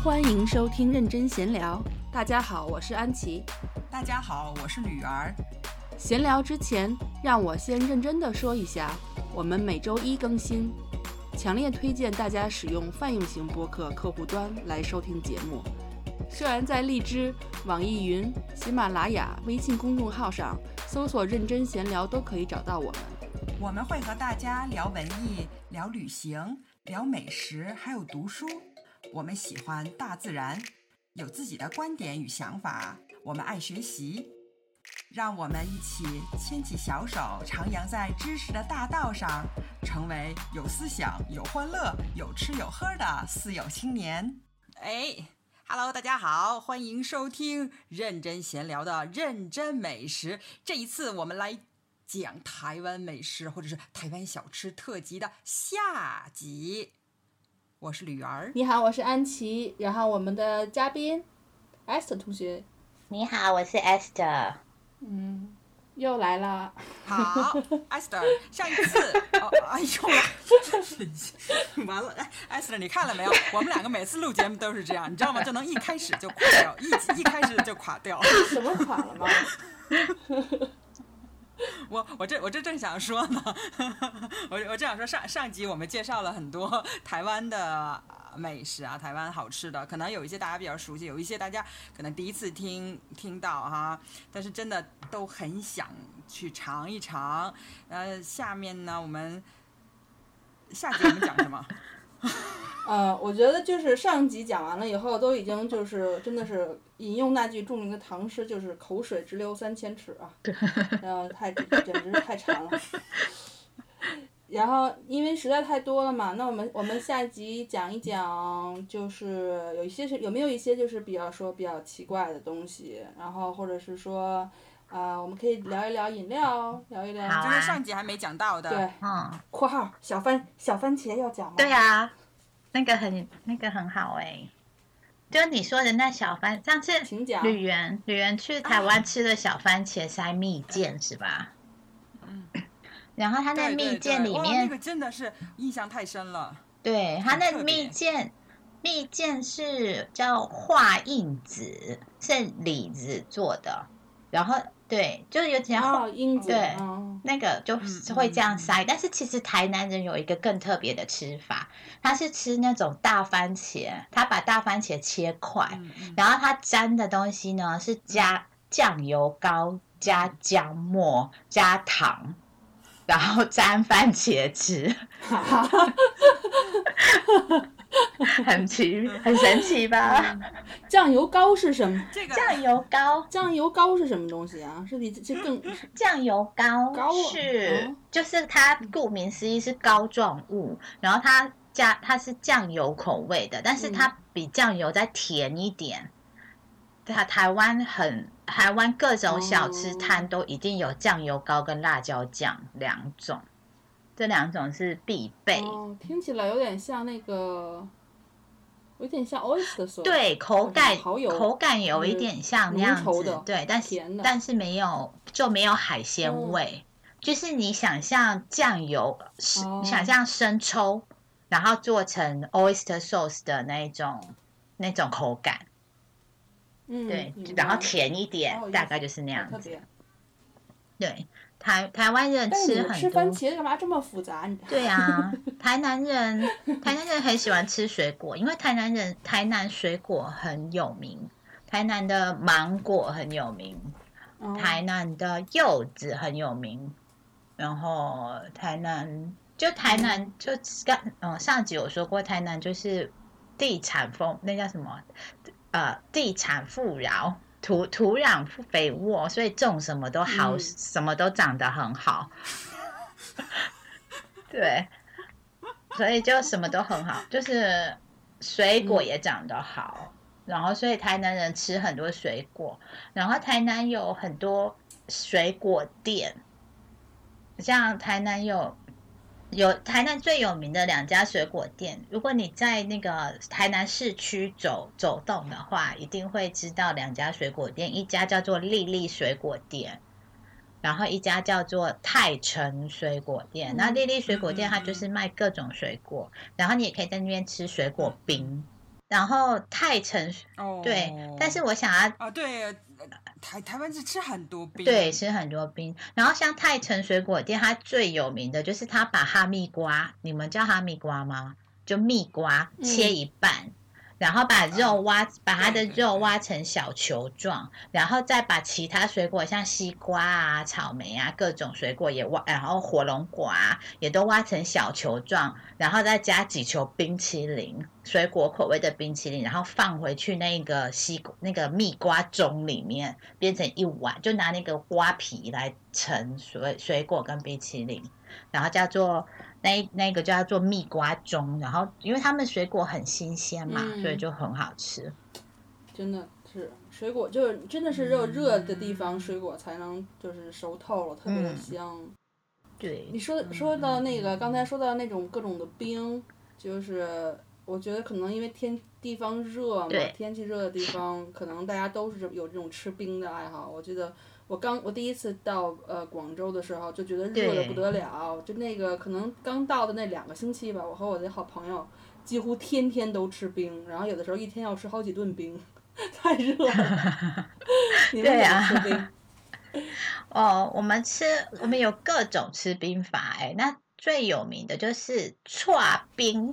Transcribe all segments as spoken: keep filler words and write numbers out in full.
欢迎收听认真闲聊。大家好，我是安琪。 大家好，我是吕儿。 闲聊之前，让我先认真的说一下，我们每周一更新，强烈推荐大家使用泛用型播客客户端来收听节目。虽然在荔枝、网易云、喜马拉雅、微信公众号上搜索认真闲聊都可以找到我们。 我们会和大家聊文艺、聊旅行、聊美食，还有读书。我们喜欢大自然，有自己的观点与想法，我们爱学习。让我们一起牵起小手，徜徉在知识的大道上，成为有思想、有欢乐、有吃有喝的四有青年。哎 Hello， 大家好，欢迎收听认真闲聊的认真美食。这一次我们来讲台湾美食，或者是台湾小吃特辑的下集。我是吕儿。 你好，我是安琪。然后我们的嘉宾 Esther 同学。 你好，我是 Esther。 嗯，又来了。 好 Esther， 上一次哦，哎呦，完了 Esther 你看了没有？我们两个每次录节目都是这样，你知道吗？就能一开始就垮掉，一一开始就垮掉。 什么垮了吗？ 我我这我这正想说呢，我我正想说上上集我们介绍了很多台湾的美食啊，台湾好吃的，可能有一些大家比较熟悉，有一些大家可能第一次听听到哈，但是真的都很想去尝一尝。呃，下面呢，我们下集我们讲什么？ 呃，我觉得就是上集讲完了以后，都已经就是真的是引用那句著名的唐诗，就是口水直流三千尺啊，然后太简直是太长了。然后因为实在太多了嘛，那我们我们下集讲一讲，就是有一些是有没有一些就是比较说比较奇怪的东西，然后或者是说。啊、呃，我们可以聊一聊饮料，聊一聊， 就是上集还没讲到的。 对，嗯，括号小番小番茄要讲吗？ 对啊，那个很那个很好哎、欸，就你说的那小番，上次吕源吕源去台湾吃的小番茄塞蜜饯是吧？嗯，然后他那蜜饯里面， 对对对，那个真的是印象太深了。 对，他那蜜饯。蜜饯是叫化印子，是李子做的，然后对，就是有点哦，印子， 对， 哦， 那个就会这样塞、嗯嗯。但是其实台南人有一个更特别的吃法，他是吃那种大番茄，他把大番茄切块，嗯嗯，然后他沾的东西呢是加酱油膏、加姜末、加糖，然后沾番茄吃。很奇，很神奇吧？ 嗯、酱油膏是什么？ 这个酱油膏， 酱油膏是什么东西啊？是比这更酱油膏膏是、 哦， 就是它顾名思义是膏状物，然后它加它是酱油口味的，但是它比酱油再甜一点。对、嗯，台湾很台湾各种小吃摊都一定有酱油膏跟辣椒酱两种。这两种是必备、 哦，听起来有点像那个，有点像 oyster sauce。 对，口感口感有一点像那样子，对，但是但是没有就没有海鲜味、哦，就是你想象酱油，哦、你想象生抽，然后做成 oyster sauce 的那种那种口感， 嗯， 对，然后甜一点， 哦、 大概就是那样子，对。台台湾人吃很多， 吃番茄干嘛这么复杂？ 对啊，台南人台南人很喜欢吃水果，因为台南人台南水果很有名，台南的芒果很有名，哦、台南的柚子很有名，然后台南就台南就刚嗯上集有说过，台南就是地产丰，那叫什么？呃，地产富饶。土土壤肥沃，所以种什么都好、嗯，什么都长得很好。对，所以就什么都很好，就是水果也长得好、嗯，然后所以台南人吃很多水果，然后台南有很多水果店，像台南有。有台南最有名的两家水果店，如果你在那个台南市区走走动的话，一定会知道两家水果店，一家叫做丽丽水果店，然后一家叫做泰城水果店。那丽丽水果店它就是卖各种水果，然后你也可以在那边吃水果冰， 然后泰城、 哦， 对，但是我想要啊，对，台台湾是吃很多冰， 对，吃很多冰。然后像泰城水果店，它最有名的就是它把哈密瓜，你们叫哈密瓜吗？就蜜瓜切一半。嗯，然后把肉挖，啊、把它的肉挖成小球状，然后再把其他水果像西瓜啊、草莓啊各种水果也挖，然后火龙果啊也都挖成小球状，然后再加几球冰淇淋，水果口味的冰淇淋，然后放回去那个西那个蜜瓜盅里面，变成一碗，就拿那个瓜皮来盛水水果跟冰淇淋，然后叫做。那那个叫做蜜瓜盅，然后因为他们水果很新鲜嘛，嗯、所以就很好吃。 真的是水果，就是真的是热热的地方，水果才能就是熟透了，特别的香。嗯、 对， 你说说到那个，刚才说到那种各种的冰，就是我觉得可能因为天地方热嘛，天气热的地方，可能大家都是有这种吃冰的爱好。我记得。我刚我第一次到呃广州的时候，就觉得热得不得了，就那个可能刚到的那两个星期吧，我和我的好朋友几乎天天都吃冰，然后有的时候一天要吃好几顿冰，太热了。你们怎么吃冰？ 哦，我们吃我们有各种吃冰法哎，那最有名的就是剉冰。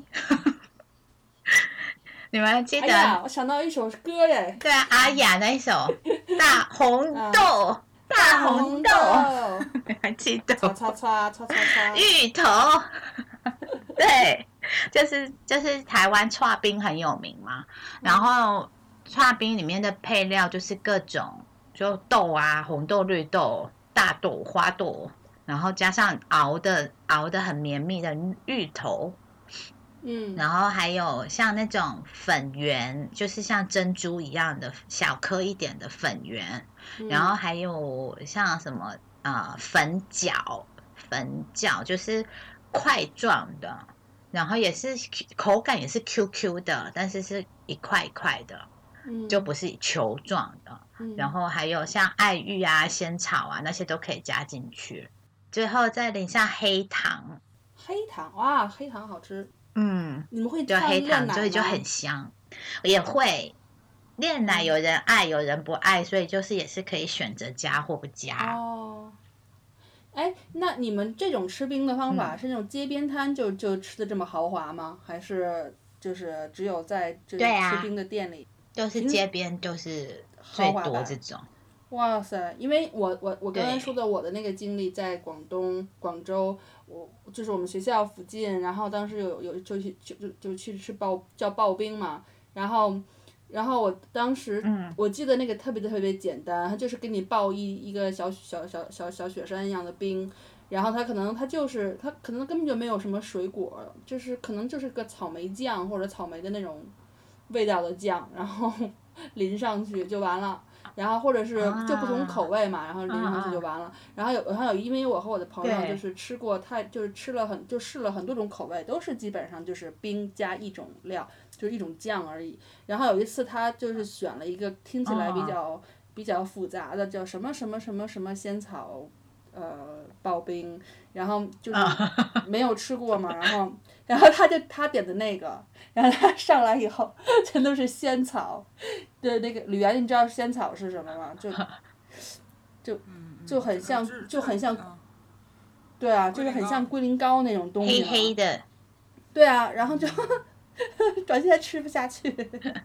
你们还记得？ 哎呀，我想到一首歌耶。 对啊，阿雅那一首《大红豆》啊，大红豆，你还记得？ 擦擦擦擦擦擦。 芋头。对，就是就是台湾剉冰很有名嘛，然后剉冰里面的配料就是各种就豆啊，红豆、绿豆、大豆、花豆，然后加上熬的熬的很绵密的芋头。 嗯， 然后还有像那种粉圆，就是像珍珠一样的小颗一点的粉圆，嗯、然后还有像什么呃粉饺，粉饺就是块状的，然后也是口感也是 Q Q 的，但是是一块一块的，嗯、就不是球状的。嗯、然后还有像爱玉啊、仙草啊那些都可以加进去，最后再淋上黑糖。 黑糖哇，黑糖好吃。 嗯， 你们会就黑糖，所以就很香。也会炼奶，有人爱，有人不爱，所以就是也是可以选择加或不加。 哦，哎，那你们这种吃冰的方法、嗯、是那种街边摊就就吃的这么豪华吗？还是就是只有在这吃冰的店里？ 都、啊、是街边，就是最多这种。 哇塞！因为我我我刚才说的我的那个经历在广东广州，我就是我们学校附近，然后当时有有就去就就就去吃刨叫刨冰嘛，然后然后我当时、 嗯、 我记得那个特别特别简单，它就是给你刨一一个小小小小小雪山一样的冰，然后它可能它就是它可能根本就没有什么水果，就是可能就是个草莓酱或者草莓的那种味道的酱，然后淋上去就完了。然后或者是就不同口味嘛，啊、然后淋上去就完了。啊、然后有还有，因为我和我的朋友就是吃过太就是吃了很就试了很多种口味，都是基本上就是冰加一种料，就是一种酱而已。然后有一次他就是选了一个听起来比较、啊、比较复杂的，叫什么什么什么什么仙草呃刨冰，然后就是没有吃过嘛，然后然后他就他点的那个，然后他上来以后全都是仙草。对，那个吕岩，你知道仙草是什么吗？就就就很像，就很像，对啊，就是很像龟苓膏那种东西。 黑黑的。 对啊，然后就转现在吃不下去，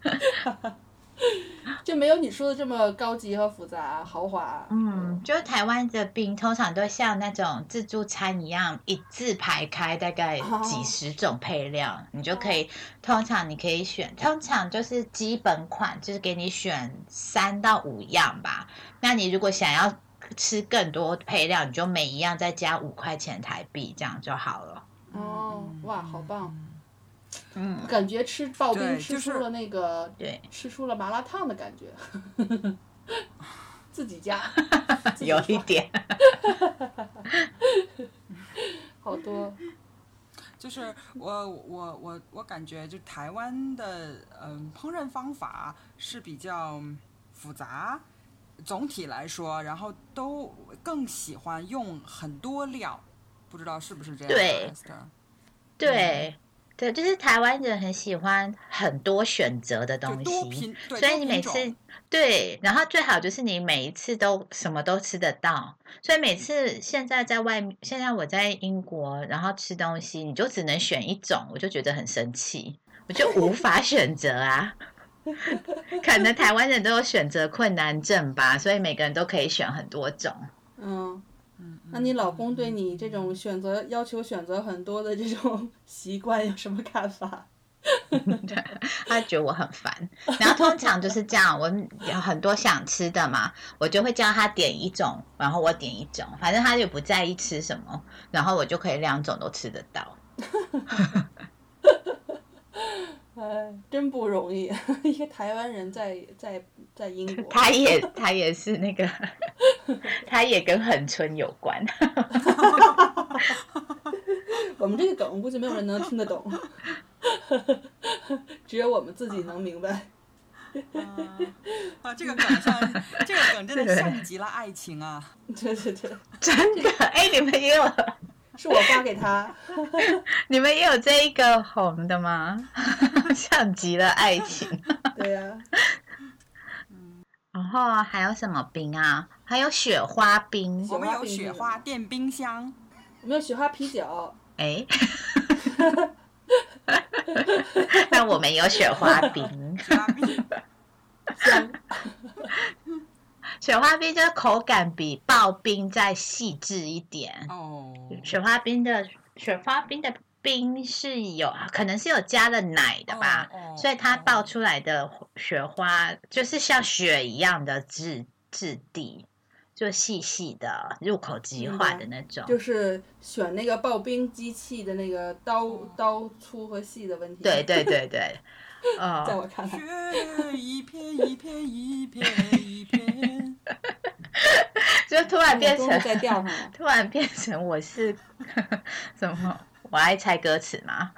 就没有你说的这么高级和复杂豪华。 嗯，就台湾的冰通常都像那种自助餐一样，一字排开，大概几十种配料，哦、你就可以。通常你可以选，通常就是基本款，就是给你选三到五样吧。那你如果想要吃更多配料，你就每一样再加五块钱台币，这样就好了。 哦，哇，好棒！ 嗯， 感觉吃刨冰吃出了那个， 对， 吃出了麻辣烫的感觉，自己加，自己有一点， 好多。 就是我我我我感觉，就台湾的嗯烹饪方法是比较复杂，总体来说，然后都更喜欢用很多料，不知道是不是这样？ 对，对。 对，就是台湾人很喜欢很多选择的东西，所以你每次对，然后最好就是你每一次都什么都吃得到。所以每次现在在外面，现在我在英国，然后吃东西你就只能选一种，我就觉得很生气，我就无法选择啊。可能台湾人都有选择困难症吧，所以每个人都可以选很多种。 嗯。那你老公对你这种选择要求选择很多的这种习惯有什么看法？ 他觉得我很烦，然后通常就是这样，我有很多想吃的嘛，我就会叫他点一种，然后我点一种，反正他也不在意吃什么，然后我就可以两种都吃得到。 哎，真不容易，一个台湾人在在在英国， 他也他也是那个，他也跟恒春有关。 我们这个梗估计没有人能听得懂，只有我们自己能明白。 啊，这个梗像这个梗真的像极了爱情啊！ 对对对， 真的，哎、欸，你们也有。 是我发给他。 你们也有这一个红的吗？像极了爱情。 对呀、啊。 然后还有什么冰啊？还有雪花冰。 我们有雪花电冰箱。 我们有雪花啤酒。 哎。那我们有雪花冰。 雪花冰。 香。 雪花冰就是口感比刨冰再细致一点哦。 雪花冰的雪花冰的冰是有可能是有加了奶的吧， oh, oh, 所以它爆出来的雪花就是像雪一样的质质地，就细细的入口即化的那种。 就是选那个刨冰机器的那个刀、oh. 刀粗和细的问题。 对对对对。 哦、在我看来， 雪一片一片一片一片， 就突然变成在调上了， 突然变成我是什么？我爱猜歌词吗？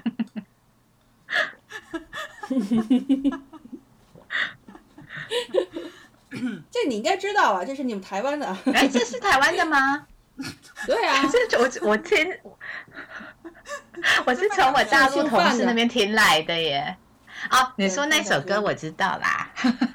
这你应该知道啊，这是你们台湾的。 哎，这是台湾的吗？ 对啊， 这我我听，我是从我大陆同事那边听来的耶。哦，你说那首歌我知道啦。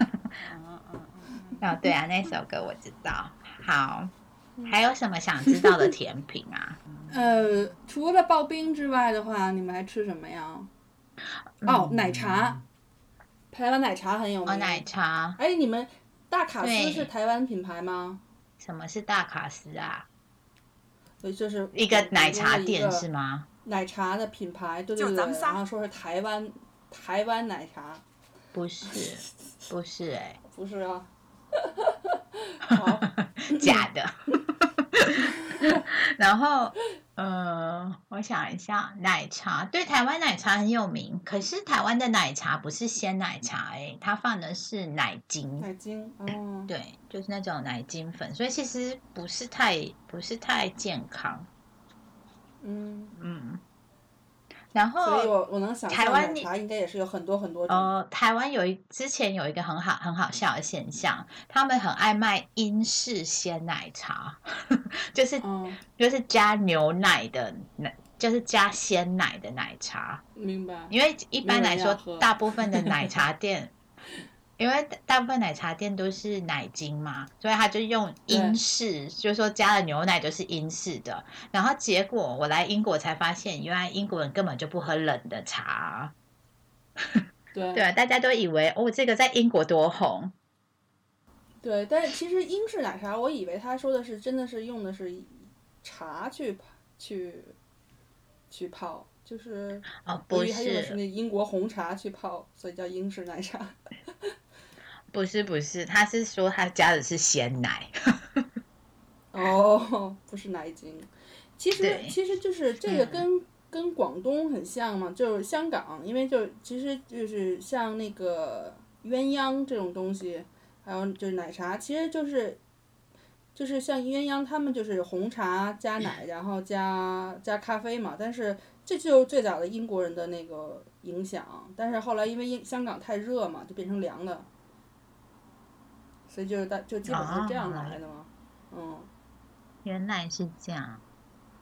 哦，对啊，那首歌我知道。好，还有什么想知道的甜品啊？ 呃，除了刨冰之外的话，你们还吃什么呀？嗯、哦，奶茶，台湾奶茶很有名。 哦，奶茶。 哎，你们大卡斯是台湾品牌吗？ 什么是大卡斯啊？ 就是一个奶茶店是吗？ 奶茶的品牌，对对对，然后说是台湾台湾奶茶。 不是，不是哎、欸， 不是啊。 好，假的。然后，呃，我想一下，奶茶对台湾奶茶很有名，可是台湾的奶茶不是鲜奶茶、欸，哎，它放的是奶精。 奶精，哦， 对，就是那种奶精粉，所以其实不是太不是太健康。 嗯嗯。然后， 所以我我能想象奶茶应该也是有很多很多种。 呃，台湾有一之前有一个很好很好笑的现象，他们很爱卖英式鲜奶茶，就是、嗯、就是加牛奶的奶，就是加鲜奶的奶茶。 明白。 因为一般来说，大部分的奶茶店。因为大部分奶茶店都是奶精嘛，所以他就用英式，就是说加了牛奶就是英式的。然后结果我来英国才发现，原来英国人根本就不喝冷的茶。 对对，大家都以为哦，这个在英国多红。 对，但是其实英式奶茶，我以为他说的是真的是用的是茶去去去泡。就是哦，不是， 他用的是那英国红茶去泡，所以叫英式奶茶。 不是不是，他是说他加的是鲜奶。 哦，不是奶精。其实其实就是这个跟、嗯、跟广东很像嘛，就是香港，因为就其实就是像那个鸳鸯这种东西，还有就是奶茶，其实就是就是像鸳鸯他们就是红茶加奶，然后加加咖啡嘛，但是这就是最早的英国人的那个影响，但是后来因为英香港太热嘛，就变成凉的。所以就是大就基本是这样来的嘛， 哦、 嗯。 原来是这样。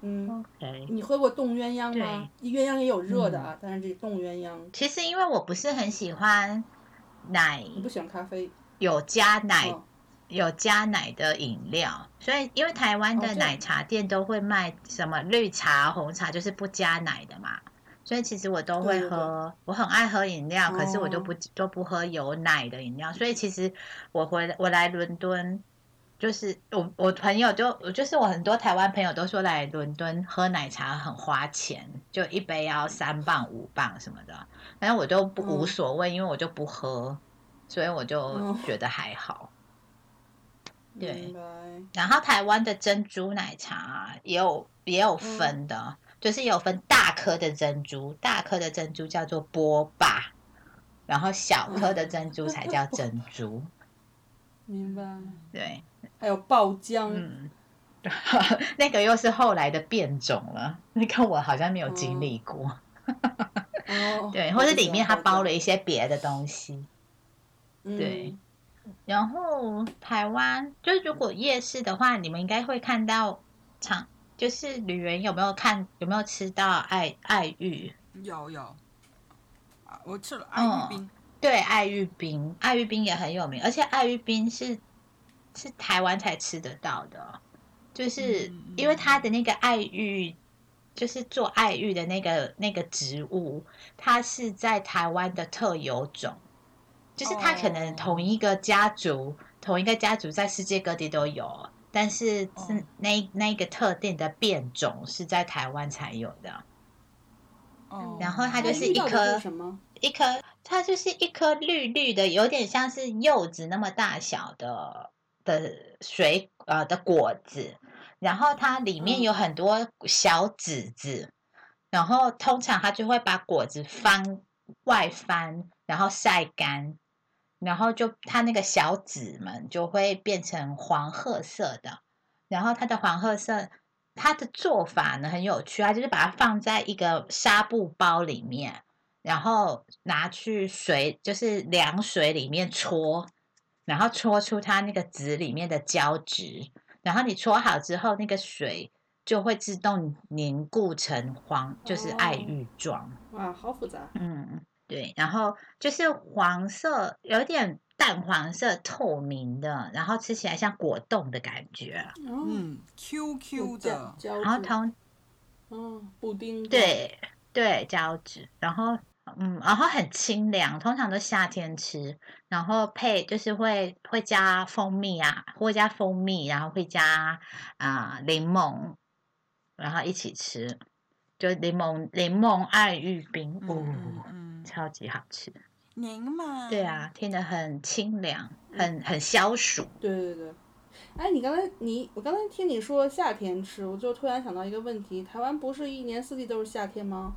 嗯 ，OK， 你喝过冻鸳鸯吗？鸳鸯也有热的啊， 嗯、 但是这冻鸳鸯。 其实因为我不是很喜欢奶， 你不喜欢咖啡？ 有加奶。 哦有加奶的饮料，所以因为台湾的奶茶店都会卖什么绿茶、红茶，就是不加奶的嘛。所以其实我都会喝， 对对对我很爱喝饮料， 哦、 可是我都不都不喝有奶的饮料。所以其实我回我来伦敦，就是我我朋友就就是我很多台湾朋友都说来伦敦喝奶茶很花钱，就一杯要三磅五磅什么的，反正我都不、 嗯、 无所谓，因为我就不喝，所以我就嗯、 觉得还好。对， 明白。 然后台湾的珍珠奶茶也有也有分的，嗯、就是有分大颗的珍珠，大颗的珍珠叫做波霸，然后小颗的珍珠才叫珍珠。 明白。 对， 还有爆浆， 嗯，那个又是后来的变种了，那个我好像没有经历过。 哦， 对，或者里面它包了一些别的东西。 嗯、 对。然后台湾就是如果夜市的话，你们应该会看到场，就是旅人有没有看有没有吃到爱爱玉？ 有有，啊，我吃了爱玉冰。 嗯、对，爱玉冰，爱玉冰也很有名，而且爱玉冰是是台湾才吃得到的，就是因为它的那个爱玉，就是做爱玉的那个那个植物，它是在台湾的特有种。就是它可能同一个家族，哦、同一个家族在世界各地都有，但是是那、哦、那个特定的变种是在台湾才有的。哦，然后它就是一颗一颗，它就是一颗绿绿的，有点像是柚子那么大小的的水呃的果子，然后它里面有很多小籽子，嗯、然后通常它就会把果子翻外翻，然后晒干。然后就它那个小籽们就会变成黄褐色的，然后它的黄褐色，它的做法呢很有趣，它就是把它放在一个纱布包里面，然后拿去水就是凉水里面搓，然后搓出它那个籽里面的胶质，然后你搓好之后，那个水就会自动凝固成黄，就是爱玉状。 哦、哇，好复杂。 嗯。对，然后就是黄色，有点淡黄色、透明的，然后吃起来像果冻的感觉。 嗯 ，Q Q 的， 然后同， 嗯，布丁。 对对，胶质，然后嗯，然后很清凉，通常都夏天吃，然后配就是会会加蜂蜜啊，会加蜂蜜，然后会加啊、呃、柠檬，然后一起吃。就柠檬柠檬爱玉冰，哦，嗯嗯嗯、超级好吃。 柠檬。 对啊，听得很清凉，很很消暑。 对对对，哎，你刚才你我刚才听你说夏天吃，我就突然想到一个问题：台湾不是一年四季都是夏天吗？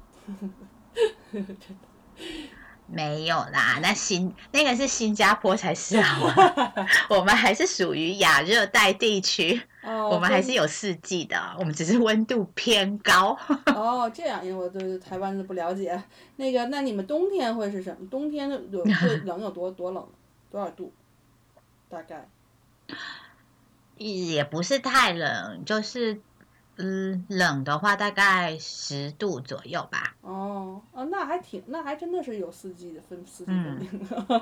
没有啦，那新那个是新加坡才是好吗？我们还是属于亚热带地区， 哦、 我们还是有四季的，我们只是温度偏高。 哦，这样，因为我对台湾的不了解。那个，那你们冬天会是什么？冬天有会冷有多多冷？多少度？大概？ 也不是太冷，就是嗯，冷的话大概十度左右吧。 哦哦，那还挺，那还真的是有四季的分四季分明。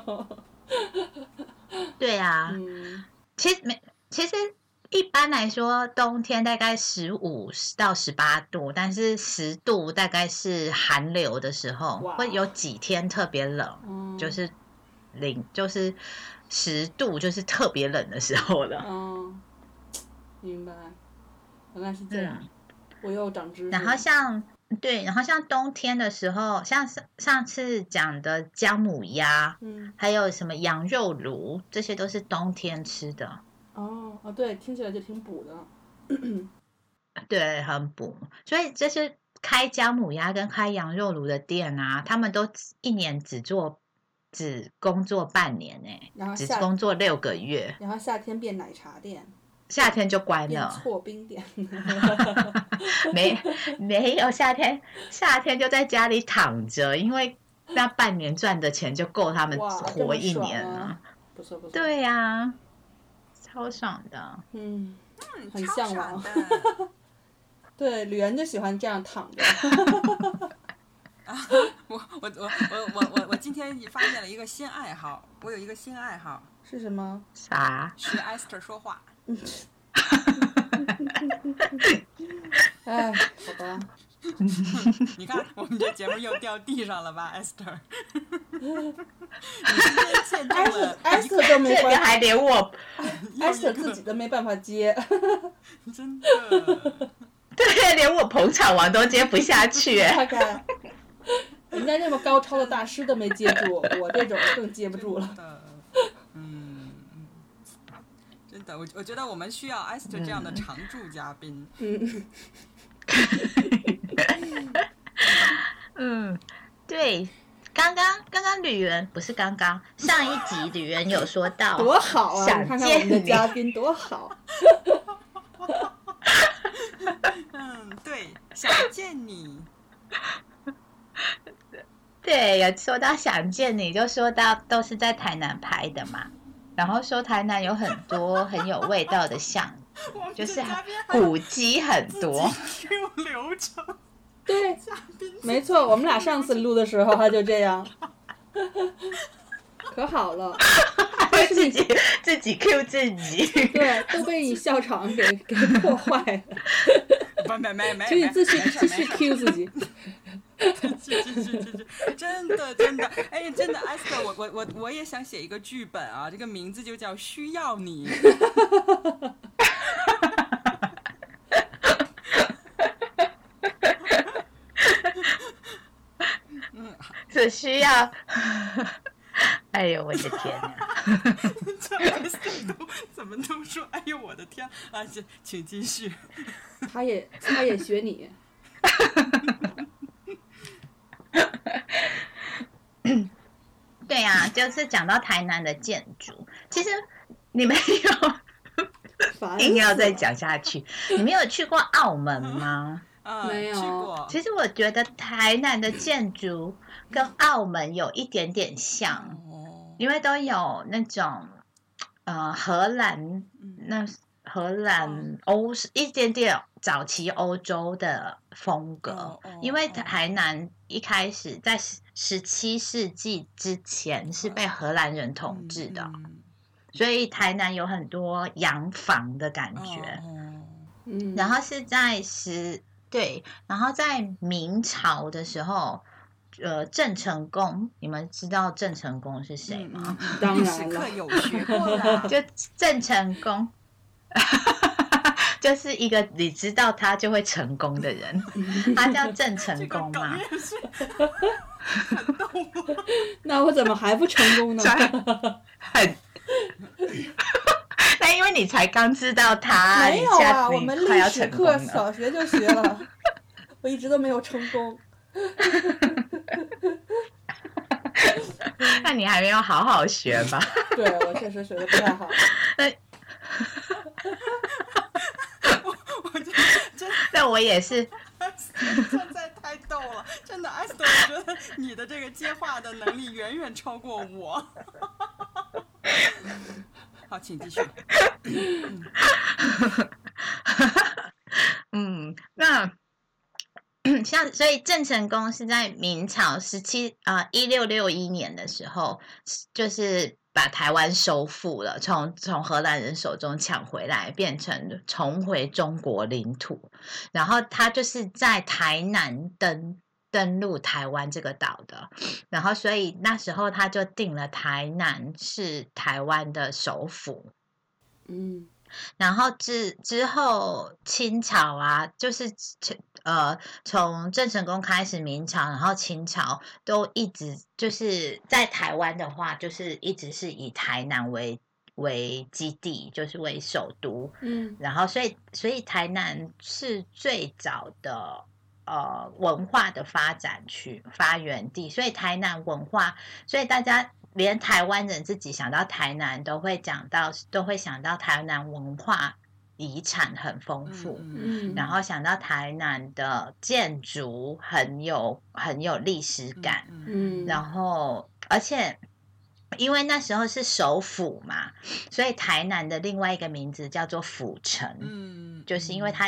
嗯、对啊， 嗯， 其实没，其实一般来说，冬天大概十五到十八度，但是十度大概是寒流的时候，会有几天特别冷， 嗯、 就是零，就是十度，就是特别冷的时候了。 嗯，明白，原来是这样，嗯、我又长知识。 然后像对，然后像冬天的时候，像上次讲的姜母鸭， 嗯， 还有什么羊肉炉，这些都是冬天吃的。 哦哦，对，听起来就挺补的。 对，很补。所以这是开姜母鸭跟开羊肉炉的店啊，他们都一年只做只工作半年哎、欸，只工作六个月。 然后夏天变奶茶店。 夏天就关了。 变错冰店。 没没有夏天，夏天就在家里躺着，因为那半年赚的钱就够他们活一年了。 啊、不错不错。 对呀、啊，超爽的。 嗯， 嗯， 很向往。 对，吕岩就喜欢这样躺着。 啊，我我我我我我我今天发现了一个新爱好，我有一个新爱好。 是什么？ 啥？ 学 Esther 说话。 哎，好吧。 你看，我们这节目又掉地上了吧 ，Esther？ 你今天见证了 Esther 都没这个还连我 ，Esther 自己都没办法接。 真的。 对，连我捧场王都接不下去。 大概，人家这么高超的大师都没接住，我这种更接不住了。 嗯，真的，我我觉得我们需要 Esther 这样的常驻嘉宾。 嗯。 嗯，对，刚刚刚刚吕媛不是刚刚上一集吕媛有说到多好啊！ 想你看看我们的嘉宾多好。 嗯，对，想见你。 对，有说到想见你，就说到都是在台南拍的嘛，然后说台南有很多很有味道的巷子，就是古迹很多。 Q 流程。 对，没错，我们俩上次录的时候他就这样，可好了， 自己自己 Q 自己， 对，都被你笑场给给破坏了。 不没没没， 请你继续继续 Q 自己。 继续继续继续，真的真的，哎，真的 ，Esther， 我我我我也想写一个剧本啊，这个名字就叫需要你。 只需要，哎呦我的天哪！ 怎么都说哎呦我的天啊！请请继续。 他也他也学你。 对啊，就是讲到台南的建筑，其实你没有硬要再讲下去。你没有去过澳门吗？ 嗯、 没有去过。 其实我觉得台南的建筑跟澳门有一点点像， 哦、 因为都有那种呃荷兰那荷兰欧一点点早期欧洲的风格， 哦哦、 因为台南一开始在十七世纪之前是被荷兰人统治的， 嗯、 所以台南有很多洋房的感觉。 哦、 嗯， 然后是在十对，然后在明朝的时候，呃，郑成功，你们知道郑成功是谁吗？ 嗯、 当然了， 历史课有学过啦。 就郑成功。就是一个你知道他就会成功的人，他叫郑成功嘛。 那我怎么还不成功呢？ 很，那因为你才刚知道他， 没有啊，我们历史课小学就学了，我一直都没有成功。 那你还没有好好学吧？ 对，我确实学的不太好。 但我也是， 实在太逗了，真的 ，Esther， 我觉得你的这个接话的能力远远超过我。好，请继续。 嗯，那像所以郑成功是在明朝十七啊一六六一年的时候，就是把台湾收复了，从从荷兰人手中抢回来，变成重回中国领土。然后他就是在台南登登陆台湾这个岛的，然后所以那时候他就定了台南是台湾的首府。 嗯。 然后之之后清朝啊，就是呃从郑成功开始，明朝，然后清朝都一直就是在台湾的话，就是一直是以台南为为基地，就是为首都。 嗯， 然后所以所以台南是最早的呃文化的发展区发源地，所以台南文化，所以大家。连台湾人自己想到台南都会讲到，都会想到台南文化遗产很丰富， 嗯， 然后想到台南的建筑很有很有历史感， 嗯， 然后而且因为那时候是首府嘛，所以台南的另外一个名字叫做府城， 嗯， 就是因为它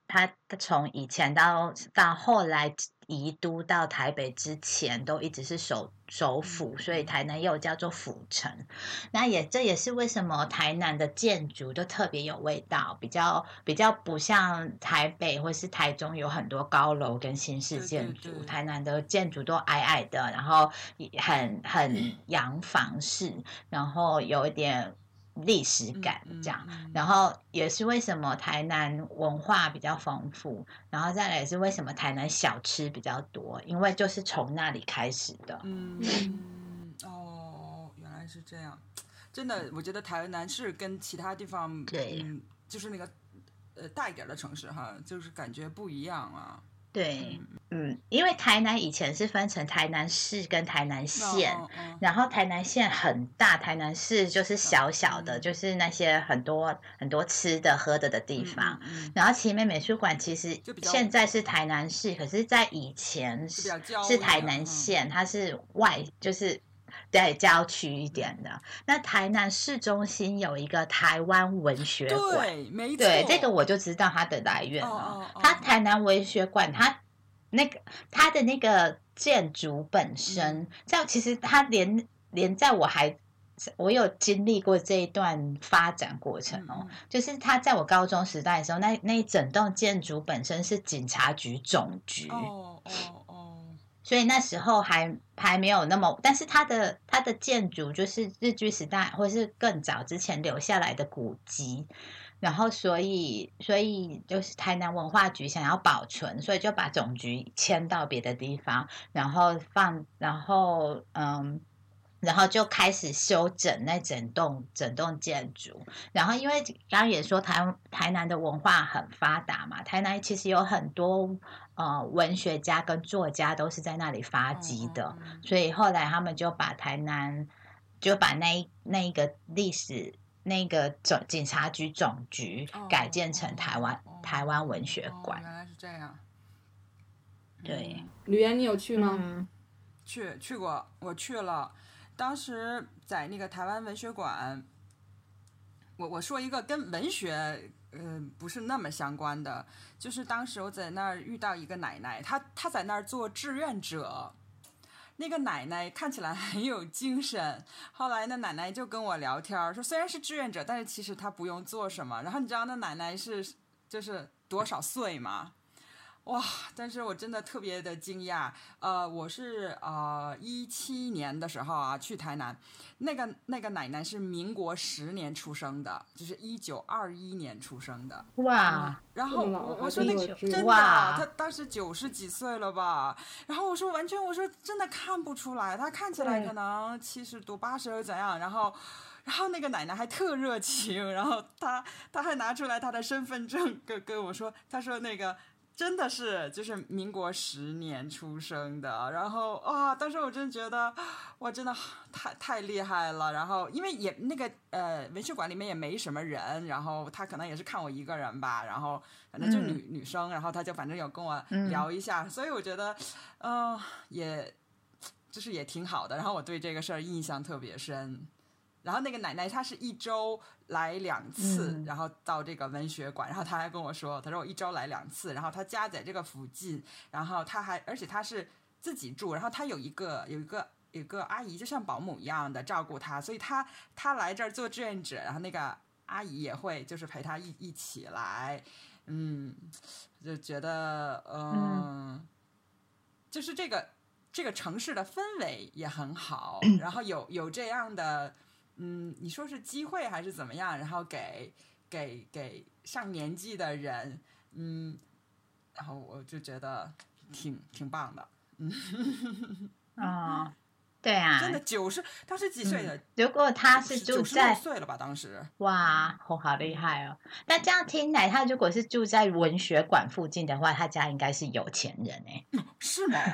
他从以前到到后来移都到台北之前，都一直是首首府，所以台南又叫做府城。那也这也是为什么台南的建筑都特别有味道，比较比较不像台北或是台中有很多高楼跟新式建筑， 对对对台南的建筑都矮矮的，然后很很洋房式，然后有一点历史感这样， 嗯嗯嗯、 然后也是为什么台南文化比较丰富，然后再来也是为什么台南小吃比较多，因为就是从那里开始的。 嗯，哦，原来是这样。真的，我觉得台南是跟其他地方， 对， 嗯，就是那个呃大一点的城市哈，就是感觉不一样啊。 对，嗯，因为台南以前是分成台南市跟台南县， 哦哦哦、 然后台南县很大，台南市就是小小的，嗯、就是那些很多很多吃的喝的的地方。 嗯嗯嗯、 然后奇美美术馆其实现在是台南市，可是在以前是是台南县，嗯、它是外就是对郊区一点的。那台南市中心有一个台湾文学馆， 对，没错， 对，这个我就知道它的来源了。 哦哦哦、 它台南文学馆，它那个它的那个建筑本身，嗯、这样其实它连连在我还我有经历过这一段发展过程哦，嗯、就是它在我高中时代的时候，那那一整栋建筑本身是警察局总局。 哦哦哦。 所以那时候还还没有那么，但是它的它的建筑就是日据时代或是更早之前留下来的古迹，然后所以所以就是台南文化局想要保存，所以就把总局迁到别的地方，然后放然后嗯。然后就开始修整那整栋整栋建筑，然后因为刚刚也说台台南的文化很发达嘛，台南其实有很多呃文学家跟作家都是在那里发迹的，哦嗯、所以后来他们就把台南就把那一那一个历史那个总警察局总局改建成台湾、哦、台湾文学馆。 哦，原来是这样。 对， 吕岩，你有去吗？ 嗯、 去去过，我去了。当时在那个台湾文学馆，我我说一个跟文学呃不是那么相关的，就是当时我在那儿遇到一个奶奶，她她在那儿做志愿者，那个奶奶看起来很有精神。后来那奶奶就跟我聊天说，虽然是志愿者，但是其实她不用做什么。然后你知道那奶奶是就是多少岁吗？哇！但是我真的特别的惊讶，呃，我是呃一七年的时候啊去台南，那个那个奶奶是民国十年出生的，就是一九二一年出生的。 哇！ 然后我我说那个真的，她当时九十几岁了吧？然后我说完全，我说真的看不出来，她看起来可能七十多、八十怎样，然后。然后那个奶奶还特热情，然后她她还拿出来她的身份证跟跟我说，她说那个。真的是就是民国十年出生的，然后哇，当时我真的觉得哇，真的太太厉害了。然后因为也那个呃文学馆里面也没什么人，然后他可能也是看我一个人吧，然后反正就女、嗯、女生，然后他就反正有跟我聊一下，嗯、所以我觉得嗯、呃、也就是也挺好的。然后我对这个事儿印象特别深。然后那个奶奶她是一周来两次，嗯、然后到这个文学馆，然后她还跟我说，她说我一周来两次，然后她家在这个附近，然后她还而且她是自己住，然后她有一个有一个有一个阿姨，就像保姆一样的照顾她，所以她她来这儿做志愿者，然后那个阿姨也会就是陪她一一起来，嗯，就觉得嗯，嗯就是这个这个城市的氛围也很好，然后有有这样的。嗯，你说是机会还是怎么样？然后给给给上年纪的人，嗯，然后我就觉得挺挺棒的，嗯， 哦，对啊， 真的九十，当时几岁的、 嗯？如果他是住在九十岁了吧？当时哇，好好厉害哦！那这样听来，他如果是住在文学馆附近的话，他家应该是有钱人哎、 欸，是吗？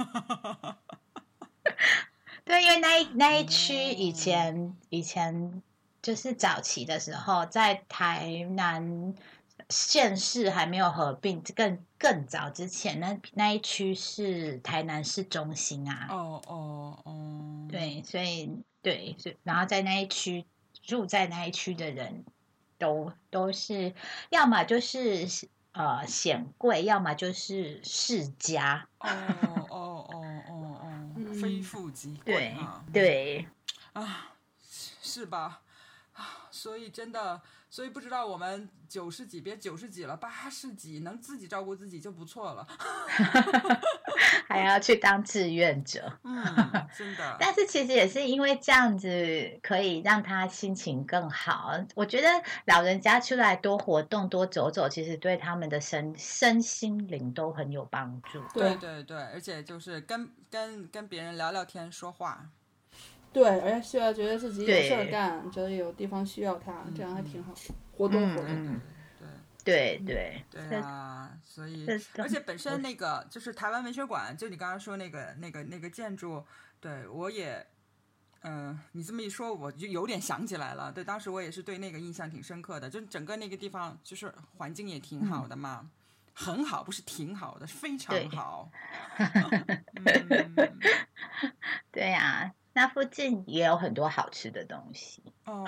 对，因为那一那一区以前、嗯、以前就是早期的时候，在台南县市还没有合并，更更早之前，那那一区是台南市中心啊。 哦哦哦。 对，所以对，然后在那一区住在那一区的人都都是，要么就是呃显贵，要么就是世家。 哦哦哦哦哦， 嗯非富即贵对哈。 对， 啊，是吧？啊，所以真的，所以不知道我们九十几，别九十几了，八十几能自己照顾自己就不错了。 还要去当志愿者。 嗯，真的。 但是其实也是因为这样子可以让他心情更好。我觉得老人家出来多活动多走走，其实对他们的身身心灵都很有帮助。 对对对，而且就是跟跟跟别人聊聊天说话。 对，而且需要觉得自己有事儿干，觉得有地方需要他，这样还挺好，活动活动。 嗯， 对对对对啊，所以而且本身那个就是台湾文学馆，就你刚刚说那个那个那个建筑，对我也，嗯、呃，你这么一说，我就有点想起来了。对，当时我也是对那个印象挺深刻的，就整个那个地方就是环境也挺好的嘛，嗯、很好，不是挺好的，非常好。 嗯、对呀、啊，那附近也有很多好吃的东西。 哦。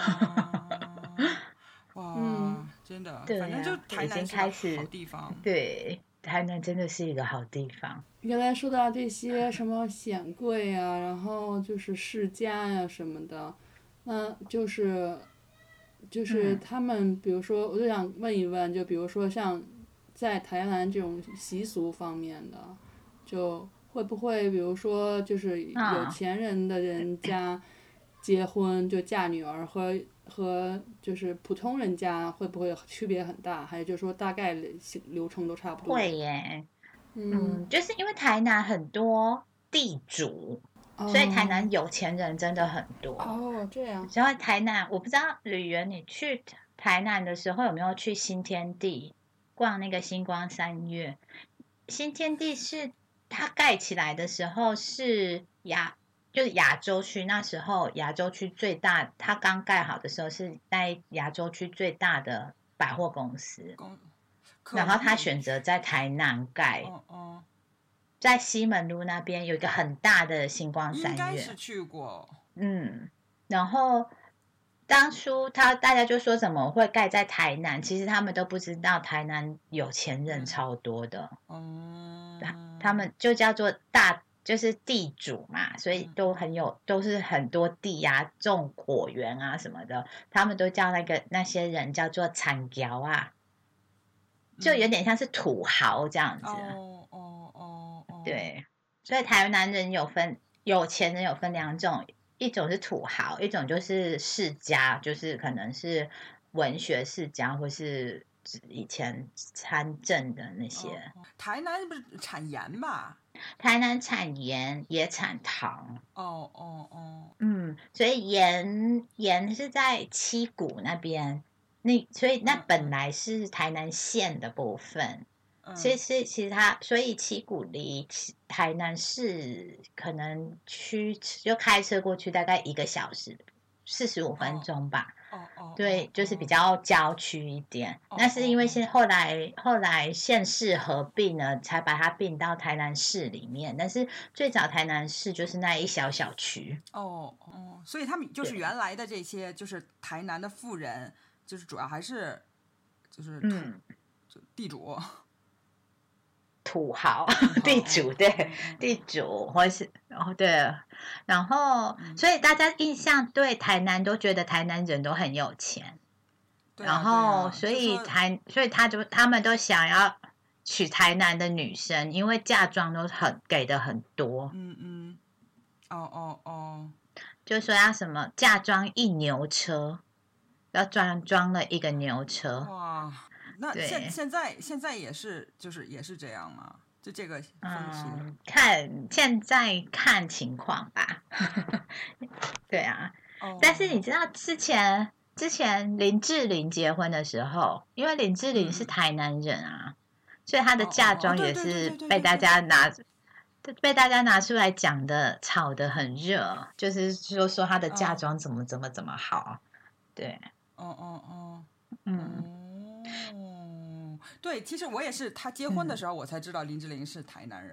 哇， 嗯， 真的， 对啊， 反正就台南是个好地方。 对，台南真的是一个好地方。 原来说到这些什么显贵啊，然后就是世家呀、啊、什么的，那就是就是他们，比如说，我就想问一问，就比如说像在台湾这种习俗方面的，就会不会比如说就是有钱人的人家结婚就嫁女儿和和就是普通人家会不会区别很大？还是就是说大概流程都差不多？ 会耶， 嗯, 嗯，就是因为台南很多地主， 哦、 所以台南有钱人真的很多。 哦，这样。 然后台南，我不知道吕媛你去台南的时候有没有去新天地逛那个星光三月？新天地是它盖起来的时候是亚，就是亚洲区那时候亚洲区最大，它刚盖好的时候是在亚洲区最大的百货公司。然后他选择在台南盖， 哦哦， 在西门路那边有一个很大的星光三月， 应该是去过。 嗯，然后当初他大家就说怎么会盖在台南？其实他们都不知道台南有钱人超多的， 嗯， 他们就叫做大，就是地主嘛，所以都很有，都是很多地啊，种果园啊什么的，他们都叫那个那些人叫做产窑啊。就有点像是土豪这样子。 哦哦哦哦。 对，所以台南人有分，有钱人有分两种，一种是土豪，一种就是世家，就是可能是文学世家，或是以前参政的那些。 哦、台南不是产盐吧？ 台南产盐也产糖。 哦哦哦。 嗯，所以盐盐是在七股那边。那所以那本来是台南县的部分， 嗯、 所以是其实它，所以七股离台南市可能区就开车过去大概一个小时四十五分钟吧。 哦哦。 对，就是比较郊区一点。 哦、 那是因为现后来后来县市合并了，才把它并到台南市里面。但是最早台南市就是那一小小区。 哦哦，所以他们就是原来的这些，就是台南的富人。就是主要还是就是嗯， 地主、 土豪、地主，对、嗯、地主或是哦对，然后、嗯、所以大家印象对台南都觉得台南人都很有钱， 啊、 然后、 啊、 所以台所以他就他们都想要娶台南的女生，因为嫁妆都很给的很多。 嗯嗯，哦哦哦， 就说要什么嫁妆一牛车。要装装了一个牛车。 哇，那现现在现在也是就是也是这样吗？就这个风俗？ 嗯，看现在看情况吧。对啊，哦、但是你知道之前之前林志玲结婚的时候，因为林志玲是台南人啊，嗯、所以她的嫁妆也是被大家拿被大家拿出来讲的，炒得很热，就是说说她的嫁妆怎么怎么怎么好，对。 哦哦哦， 嗯， 哦，对，其实我也是，他结婚的时候我才知道林志玲是台南人。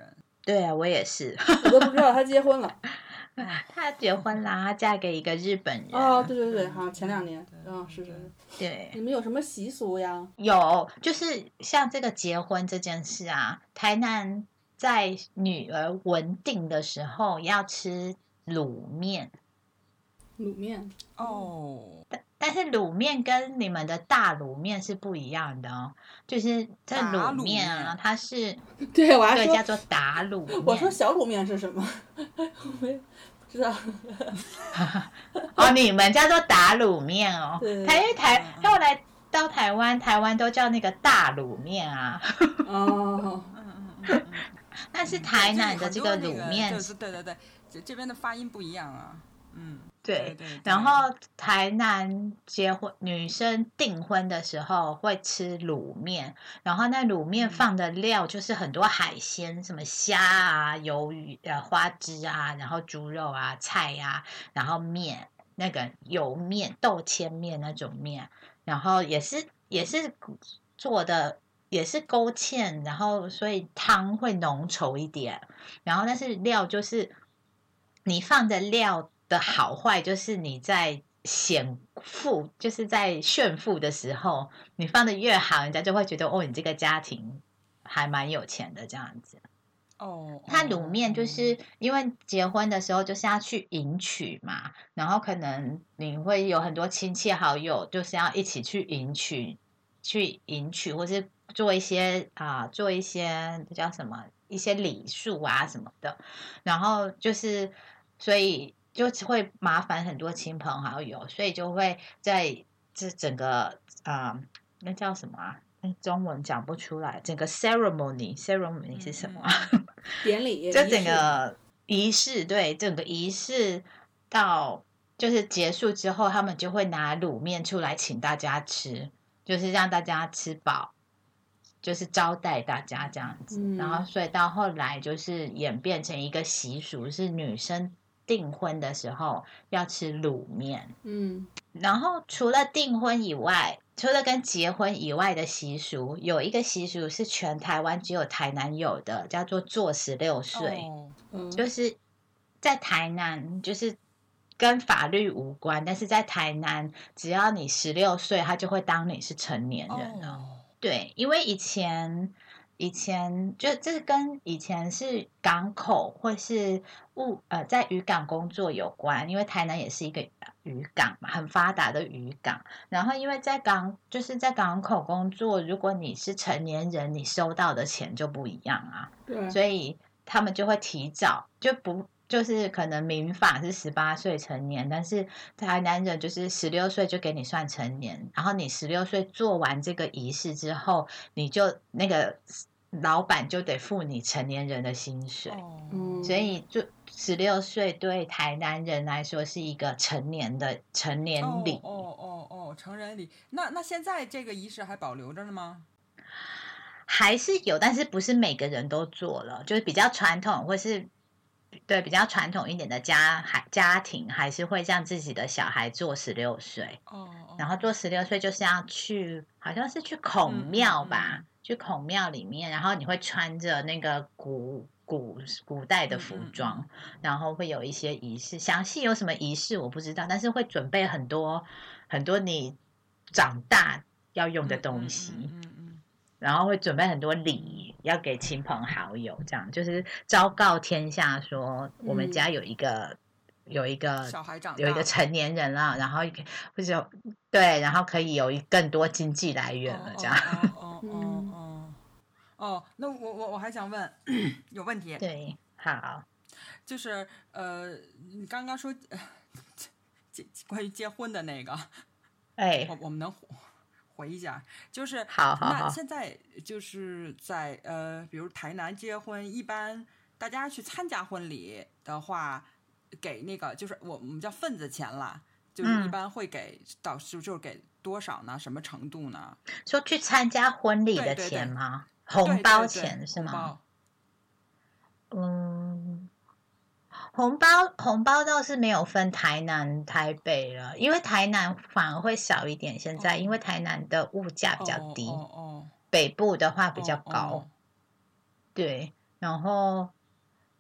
对啊，我也是， 我都不知道她结婚了。 她结婚啦，她嫁给一个日本人。 哦，对对对，好像前两年，嗯，是是是。 对。 你们有什么习俗呀？ 有，就是像这个结婚这件事啊，台南在女儿文定的时候要吃卤面。 卤面哦， 但但是卤面跟你们的大卤面是不一样的哦，就是这卤面啊，它是对我还说对叫做打卤面。 我说小卤面是什么？没不知道。 哦，你们叫做打卤面哦。 对台因为台后来到台湾，台湾都叫那个大卤面啊。 哦。 但是台南的这个卤面， 就是对对对，这这边的发音不一样啊。嗯， 对， 对对对， 然后台南结婚女生订婚的时候会吃卤面，然后那卤面放的料就是很多海鲜，什么虾啊、鱿鱼、呃花枝啊，然后猪肉啊、菜啊，然后面那个油面、豆签面那种面，然后也是也是做的。也是勾芡，然后所以汤会浓稠一点，然后但是料就是你放的料的好坏，就是你在显富，就是在炫富的时候，你放的越好，人家就会觉得哦，你这个家庭还蛮有钱的这样子。 哦， 它卤面就是因为结婚的时候就是要去迎娶嘛，然后可能你会有很多亲戚好友，就是要一起去迎娶，去迎娶或是做一些啊、呃，做一些叫什么一些礼数啊什么的，然后就是所以就会麻烦很多亲朋好友，所以就会在这整个啊、呃、那叫什么啊？中文讲不出来，整个 ceremony ceremony 是什么、啊？ 嗯、典礼， 这整个仪式，对，整个仪式到就是结束之后，他们就会拿卤面出来请大家吃，就是让大家吃饱，就是招待大家这样子。 嗯、 然后，所以到后来就是演变成一个习俗，是女生订婚的时候要吃卤面。 嗯， 然后除了订婚以外，除了跟结婚以外的习俗，有一个习俗是全台湾只有台南有的，叫做做十六岁， 哦、 就是在台南，就是跟法律无关，但是在台南，只要你十六岁，他就会当你是成年人了。 哦、 对，因为以前。以前就这跟以前是港口或是物呃在渔港工作有关，因为台南也是一个渔港嘛，很发达的渔港。然后因为在港就是在港口工作，如果你是成年人，你收到的钱就不一样啊。 对， 所以他们就会提早就不就是可能民法是十八岁成年，但是台南人就是十六岁就给你算成年，然后你十六岁做完这个仪式之后，你就那个。老板就得付你成年人的薪水， 嗯， 所以就十六岁对台南人来说是一个成年的成年礼。 哦哦哦哦，成人礼。那那现在这个仪式还保留着呢吗？ 还是有，但是不是每个人都做了，就是比较传统或是对比较传统一点的家家庭，还是会让自己的小孩做十六岁。 哦， 然后做十六岁就是要去，好像是去孔庙吧。嗯嗯嗯去孔庙里面，然后你会穿着那个古古古代的服装，嗯嗯嗯然后会有一些仪式，详细有什么仪式我不知道，但是会准备很多很多你长大要用的东西，嗯嗯嗯嗯然后会准备很多礼要给亲朋好友，这样就是昭告天下说我们家有一个。嗯有一个小孩长大有一个成年人了，然后或者对，然后可以有更多经济来源了，这样。 哦哦哦哦哦，那我我我还想问，有问题。 对，好， 就是呃，你刚刚说、呃、结关于结婚的那个， 哎， 我我们能回一下，就是好好好。 那现在就是在呃，比如台南结婚，一般大家去参加婚礼的话。给那个就是我们叫份子钱啦，就是一般会给到就就是给多少呢？什么程度呢？ 说去参加婚礼的钱吗？对对对红包钱对对对是吗？ 红包嗯，红包红包倒是没有分台南台北了，因为台南反而会少一点。现在、哦、因为台南的物价比较低， 哦哦哦、 北部的话比较高。 哦哦、 对，然后。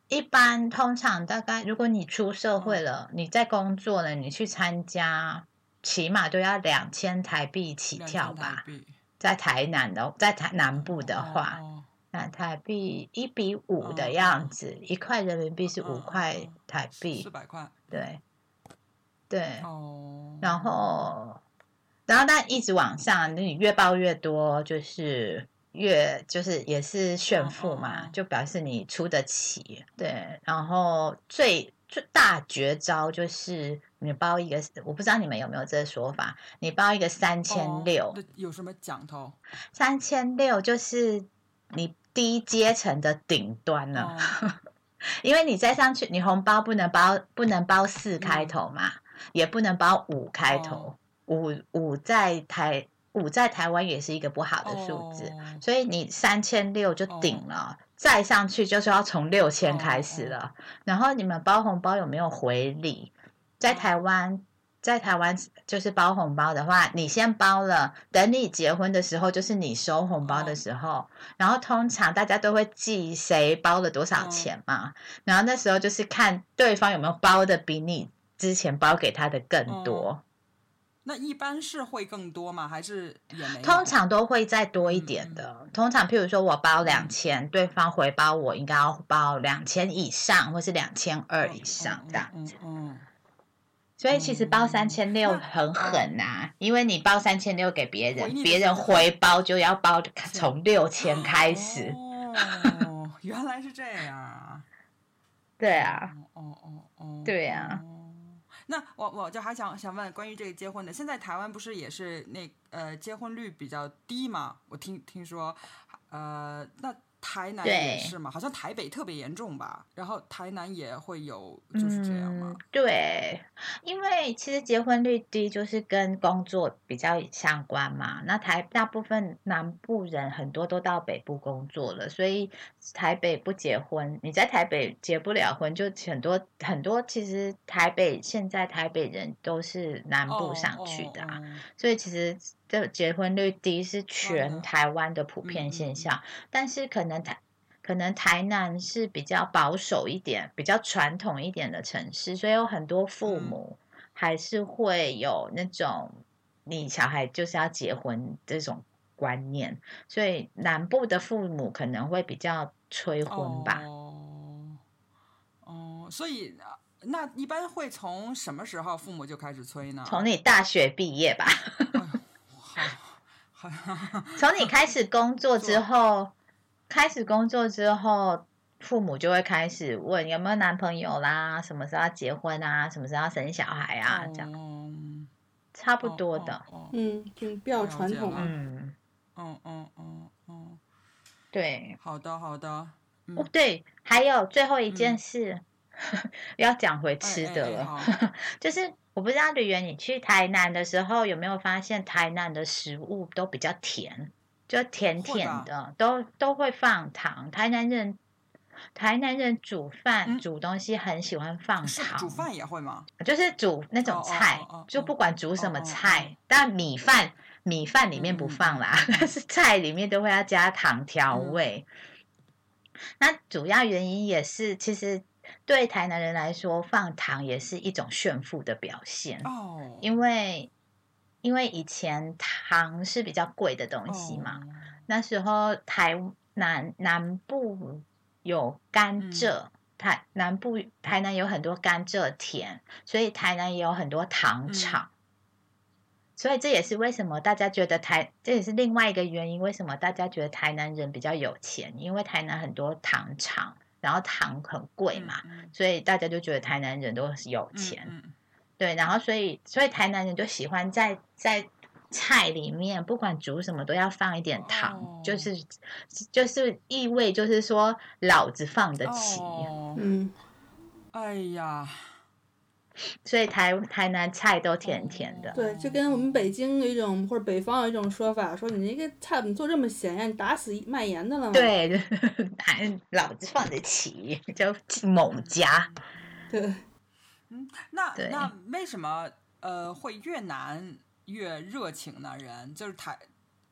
一般通常大概，如果你出社会了，嗯、你在工作了，你去参加，起码都要两千台币起跳吧。在台南的，在台南部的话，哦哦、那台币一比五的样子，一、哦、块人民币是五块台币， 四百块。 对，对。 哦。 然后，然后但一直往上，你越报越多，就是越就是也是炫富嘛，哦、就表示你出得起。对，然后最最大绝招就是你包一个，我不知道你们有没有这个说法，你包一个三千六， 有什么讲头？ 三千六就是你低阶层的顶端了，哦、因为你再上去，你红包不能包不能包四开头嘛。嗯，也不能包五开头，五、哦、五在台五在台湾也是一个不好的数字，哦、所以你三千六就顶了，哦、再上去就是要从六千开始了。哦、然后你们包红包有没有回礼？在台湾，哦、在台湾就是包红包的话，你先包了，等你结婚的时候就是你收红包的时候，哦、然后通常大家都会记谁包了多少钱嘛，哦、然后那时候就是看对方有没有包的比你之前包给他的更多。 嗯、那一般是会更多吗？还是也没有？ 通常都会再多一点的。嗯、通常譬如说我包两千、嗯，对方回包我应该要包两千以上，或是两千二以上这样子。嗯，嗯嗯所以其实包三千六很狠呐、啊，因为你包三千六给别人，别人回包就要包从六千开始。 哦，原来是这样啊！ 对啊， 哦哦哦， 对啊。 那我我就还想想问关于这个结婚的，现在台湾不是也是那呃结婚率比较低嘛？我听听说，呃，那台南也是嘛？好像台北特别严重吧？然后台南也会有，就是这样吗？ 嗯、对，因为其实结婚率低就是跟工作比较相关嘛。那台大部分南部人很多都到北部工作了，所以台北不结婚，你在台北结不了婚，就很多很多。其实台北现在台北人都是南部上去的啊， oh, oh, oh. 所以其实这结婚率低是全台湾的普遍现象，嗯嗯、但是可能台。可能台南是比较保守一点、比较传统一点的城市，所以有很多父母还是会有那种你小孩就是要结婚这种观念，所以南部的父母可能会比较催婚吧。 哦，哦，所以那一般会从什么时候父母就开始催呢？ 从你大学毕业吧。 哎、好，好， 从你开始工作之后。开始工作之后，父母就会开始问有没有男朋友啦，什么时候要结婚啊，什么时候要生小孩啊，这样，嗯、差不多的。 哦哦哦、嗯，就比较传统。 嗯嗯嗯嗯嗯， 对。 好的好的。 嗯、哦，对，还有最后一件事，嗯、要讲回吃的了， 哎哎哎就是我不知道吕媛，你去台南的时候有没有发现台南的食物都比较甜。就甜甜的，都都会放糖。台南人，台南人煮饭、嗯、煮东西很喜欢放糖。 煮饭也会吗？ 就是煮那种菜，哦哦哦哦、就不管煮什么菜，哦哦哦、但米饭米饭里面不放啦，嗯、但是菜里面都会要加糖调味。嗯、那主要原因也是，其实对台南人来说，放糖也是一种炫富的表现。哦，因为。因为以前糖是比较贵的东西嘛， oh. 那时候台南南部有甘蔗，嗯、台南部台南有很多甘蔗田，所以台南也有很多糖厂，嗯、所以这也是为什么大家觉得台，这也是另外一个原因，为什么大家觉得台南人比较有钱，因为台南很多糖厂，然后糖很贵嘛，嗯嗯、所以大家就觉得台南人都有钱。嗯嗯对，然后所以所以台南人就喜欢在在菜里面，不管煮什么都要放一点糖，哦、就是就是意味就是说老子放得起。 哦、嗯，哎呀， 所以台台南菜都甜甜的。 对，就跟我们北京有一种或者北方有一种说法，说你那个菜怎么做这么咸呀？你打死卖盐的了吗？ 对，老子放得起，就猛加。 对。 嗯，那那为什么呃会越南越热情呢？人就是台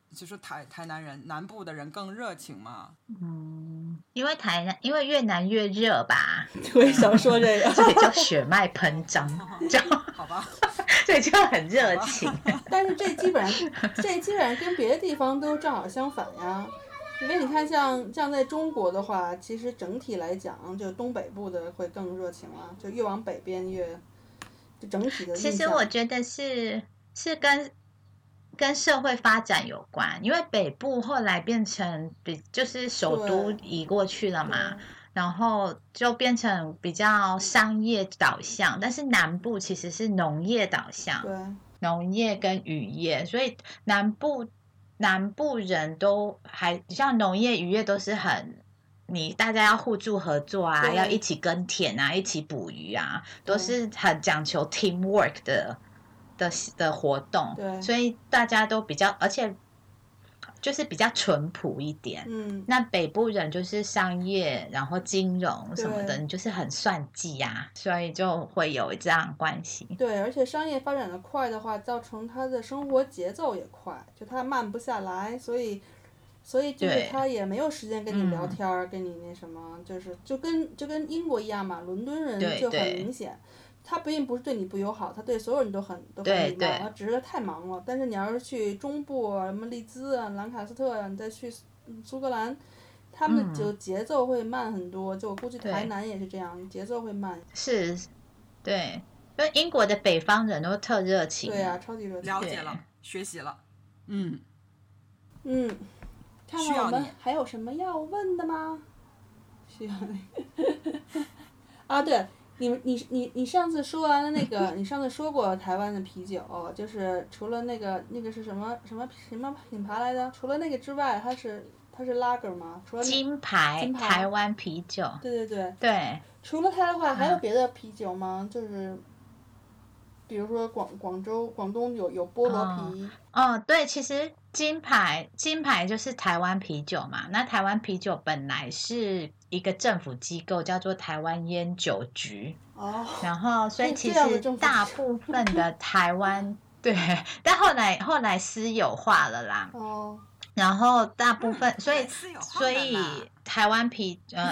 就是台台南人南部的人更热情嘛？ 嗯，因为台南因为越南越热吧， 我也想说这个， 所以就血脉喷张，就好吧， 所以就很热情。 但是这基本上这基本上跟别的地方都正好相反呀。因为你看像像在中国的话，其实整体来讲，就东北部的会更热情了，就越往北边越，就整体的印象。 其实我觉得是是跟跟社会发展有关，因为北部后来变成比就是首都移过去了嘛，然后就变成比较商业导向，但是南部其实是农业导向， 对， 农业跟渔业，所以南部南部人都还像农业渔业都是很你大家要互助合作啊，要一起耕田啊，一起捕鱼啊，都是很讲求 teamwork 的的的活动，所以大家都比较，而且就是比较淳朴一点。 嗯， 那北部人就是商业，然后金融什么的，你就是很算计啊，所以就会有这样关系。 对，而且商业发展的快的话，造成他的生活节奏也快，就他慢不下来，所以。所以就是他也没有时间跟你聊天儿，跟你那什么，就是就跟就跟英国一样嘛，伦敦人就很明显，他并不是对你不友好，他对所有人都很都很礼貌，他只是太忙了。但是你要是去中部啊，什么利兹啊、兰卡斯特啊，你再去苏格兰，他们就节奏会慢很多。就我估计台南也是这样，节奏会慢。 是，对，因为英国的北方人都特热情。 对啊，超级热情。 了解了，学习了，嗯嗯。看看我们还有什么要问的吗？需要你啊，对，你你你你上次说完了那个，你上次说过台湾的啤酒，就是除了那个那个是什么什么什么品牌来的？除了那个之外，它是它是拉格吗？除了金牌金牌台湾啤酒。 对对对。 对。 除了它的话，还有别的啤酒吗？就是。比如说广广州、广东有有菠萝啤。 哦，哦对，其实金牌金牌就是台湾啤酒嘛。那台湾啤酒本来是一个政府机构，叫做台湾烟酒局。 哦。 然后，所以其实大部分的台湾对，但后来后来私有化了啦。 哦。 然后大部分， 嗯、 所以所以台湾啤呃。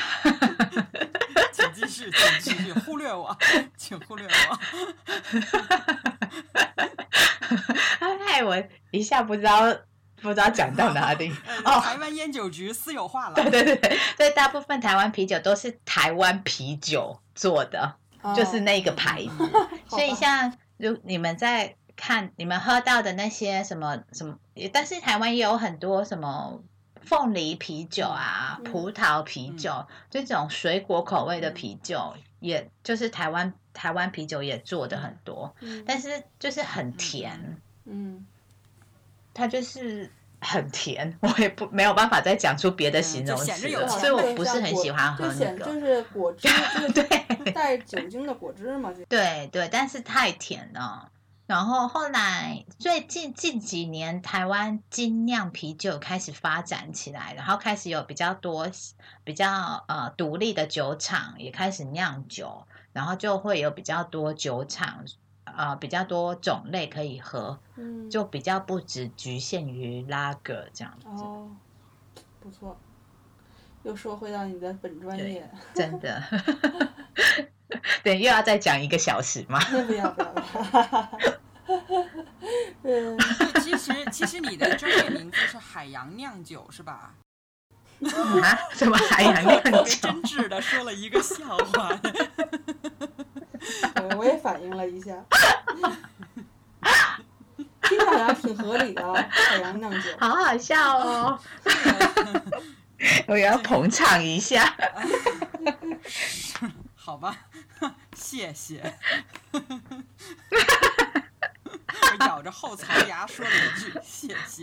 请继续，请继续，忽略我，请忽略我。 害我一下不知道不知道讲到哪里。 哦，台湾烟酒局私有化了。 对对对，所以大部分台湾啤酒都是台湾啤酒做的，哦、就是那个牌子。所以像如你们在看你们喝到的那些什么什么，但是台湾也有很多什么。凤梨啤酒啊，葡萄啤酒，嗯、这种水果口味的啤酒，嗯、也就是台湾台湾啤酒也做的很多， 嗯、 但是就是很甜， 嗯， 它就是很甜，我也不没有办法再讲出别的形容词了，所以我不是很喜欢喝那个， 就是果汁，对，带酒精的果汁嘛， 对对，但是太甜了。然后后来最近近几年，台湾精酿啤酒开始发展起来，然后开始有比较多比较呃独立的酒厂也开始酿酒，然后就会有比较多酒厂呃比较多种类可以喝， 嗯， 就比较不只局限于拉格这样子。 哦，不错，又说回到你的本专业， 真的。对，又要再讲一个小时吗？ 不要不要不要。 嗯，其实其实你的专业名字是海洋酿酒是吧？ 啊？什么海洋酿酒？ 真挚的说了一个笑话。 对，我也反应了一下，听起来好像挺合理的，海洋酿酒。 好好笑哦！我也要捧场一下。 好吧，谢谢。我咬着后槽牙说了一句谢谢。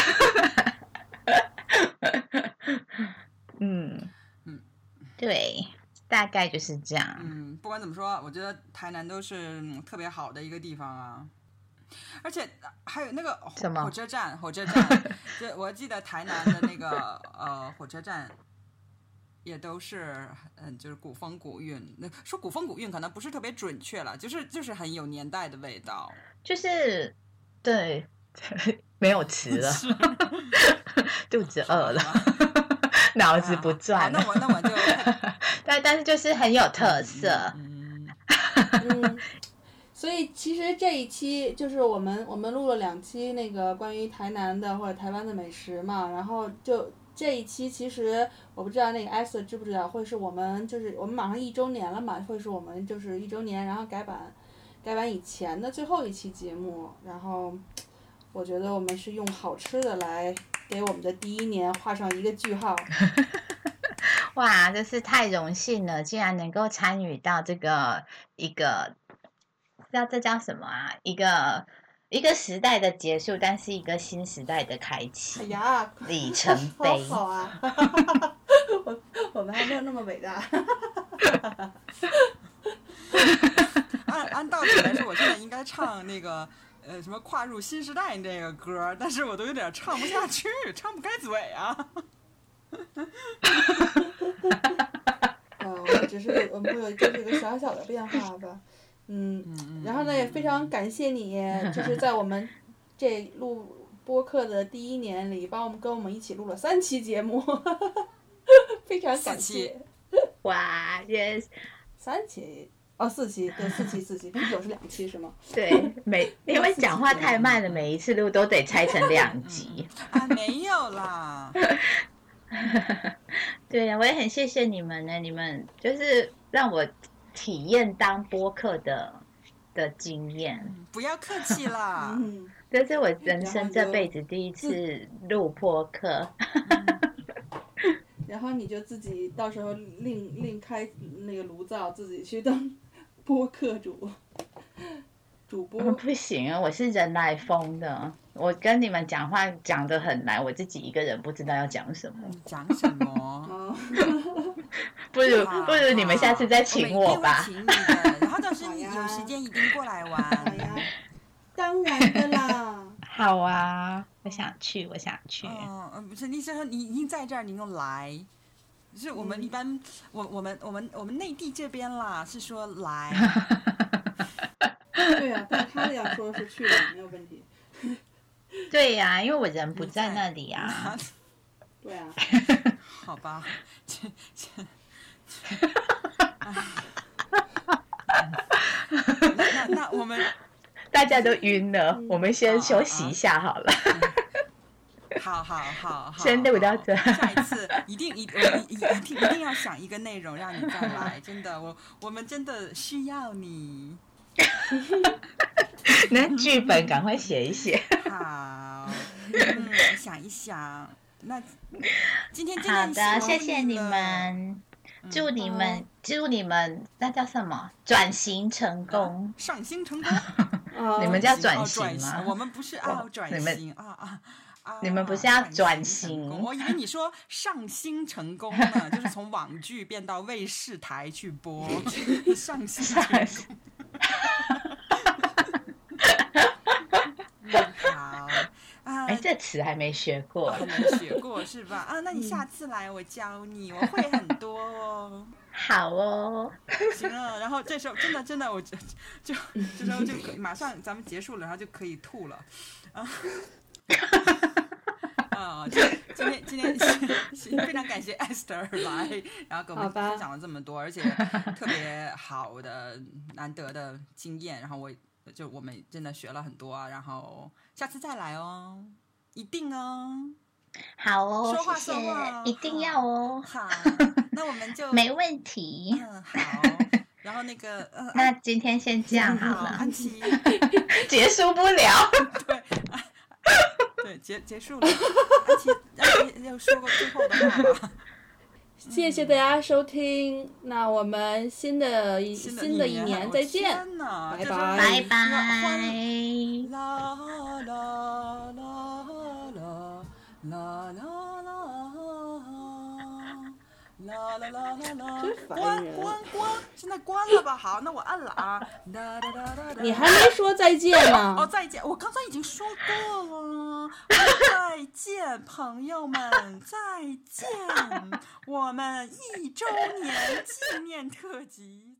嗯嗯，对，大概就是这样。 嗯，不管怎么说，我觉得台南都是、嗯、特别好的一个地方啊。而且还有那个火车站，火车站，就我记得台南的那个呃火车站。也都是嗯，就是古风古韵。那说古风古韵可能不是特别准确了，就是就是很有年代的味道。 就是对， 没有吃了，肚子饿了，脑子不转了。 那我那我就， 但但是就是很有特色。 嗯，嗯所以其实这一期就是我们我们录了两期那个关于台南的或者台湾的美食嘛，然后就这一期其实我不知道那个 Esther 知不知道，会是我们就是我们马上一周年了嘛，会是我们就是一周年然后改版改版以前的最后一期节目，然后我觉得我们是用好吃的来给我们的第一年画上一个句号。 哇，真是太荣幸了，竟然能够参与到这个一个。知道这叫什么啊？一个一个时代的结束，但是一个新时代的开启。 哎呀， 里程碑。 好好啊，我我们还没有那么伟大。 按按道理来说，我现在应该唱那个呃什么跨入新时代这个歌，但是我都有点唱不下去，唱不开嘴啊。 啊，我们只是我们会有就是一个小小的变化吧。嗯，然后呢，也非常感谢你，就是在我们这录播客的第一年里，帮我们跟我们一起录了三期节目，非常感谢。 哇 ，yes， 三期哦，四期，对，四期四期，啤酒是两期是吗？ 对，每因为讲话太慢了，每一次录都得拆成两集。 嗯、啊，没有啦。 对呀，我也很谢谢你们呢，你们就是让我。体验当播客的的经验， 不要客气啦。 嗯， 这是我人生这辈子第一次录播客。 然后你就自己到时候另另开那个炉灶，自己去当播客主主播。 不行啊，我是人来疯的，我跟你们讲话讲得很来，我自己一个人不知道要讲什么。 讲什么？ 不如不如你们下次再请我吧。 我一定会请你的，然后到时有时间一定过来玩。 好呀，当然的啦。 好啊，我想去，我想去。 嗯，不是，你说你已经在这儿，你用来。就是我们一般，嗯、我我们我们我们内地这边啦，是说来。 对呀、啊，但他要说是去了，没有问题。 对呀、啊，因为我人不在那里啊。 对啊。 好吧，这这，那那那我们大家都晕了，嗯、我们先休息一下好了。 好好好好， 先录到这。 下一次一定一我一一定一定要想一个内容让你再来，真的，我我们真的需要你。 那剧本赶快写一写。 好，嗯，想一想。那今天好的，谢谢你们，祝你们、嗯、祝你们那叫什么？转型成功， 啊、上星成功。 你们叫转型吗？ 哦、我们不是啊，转型啊啊啊！ 你们不是要转型？ 我以为你说上星成功呢，就是从网剧变到卫视台去播，上星成功。嗯、好。 哎、呃，这词还没学过， 还没学过是吧？啊，那你下次来我教你，我会很多哦。 好哦， 行了，然后这时候真的真的，我就就这时候就可以马上咱们结束了，然后就可以吐了。啊，啊，今天今天非常感谢 Esther 来，然后跟我们分享了这么多，而且特别好的难得的经验，然后我就我们真的学了很多啊，然后下次再来哦，一定哦。 好哦， 说话谢说话， 谢，一定要哦。 好，那我们就没问题。 嗯，好。然后那个，呃， 那今天先这样好了。 安琪， 结束不了。 对，啊、对，结结束了。安琪，安琪要说个最后的话吧。 谢谢大家收听，那我们新的一新的一年再见，拜拜拜拜。 啦啦啦啦啦啦啦啦啦啦啦！关关关！现在关了吧？好，那我按了啊。 你还没说再见呢。 哦，再见！我刚才已经说过了。再见，朋友们，再见！我们一周年纪念特辑。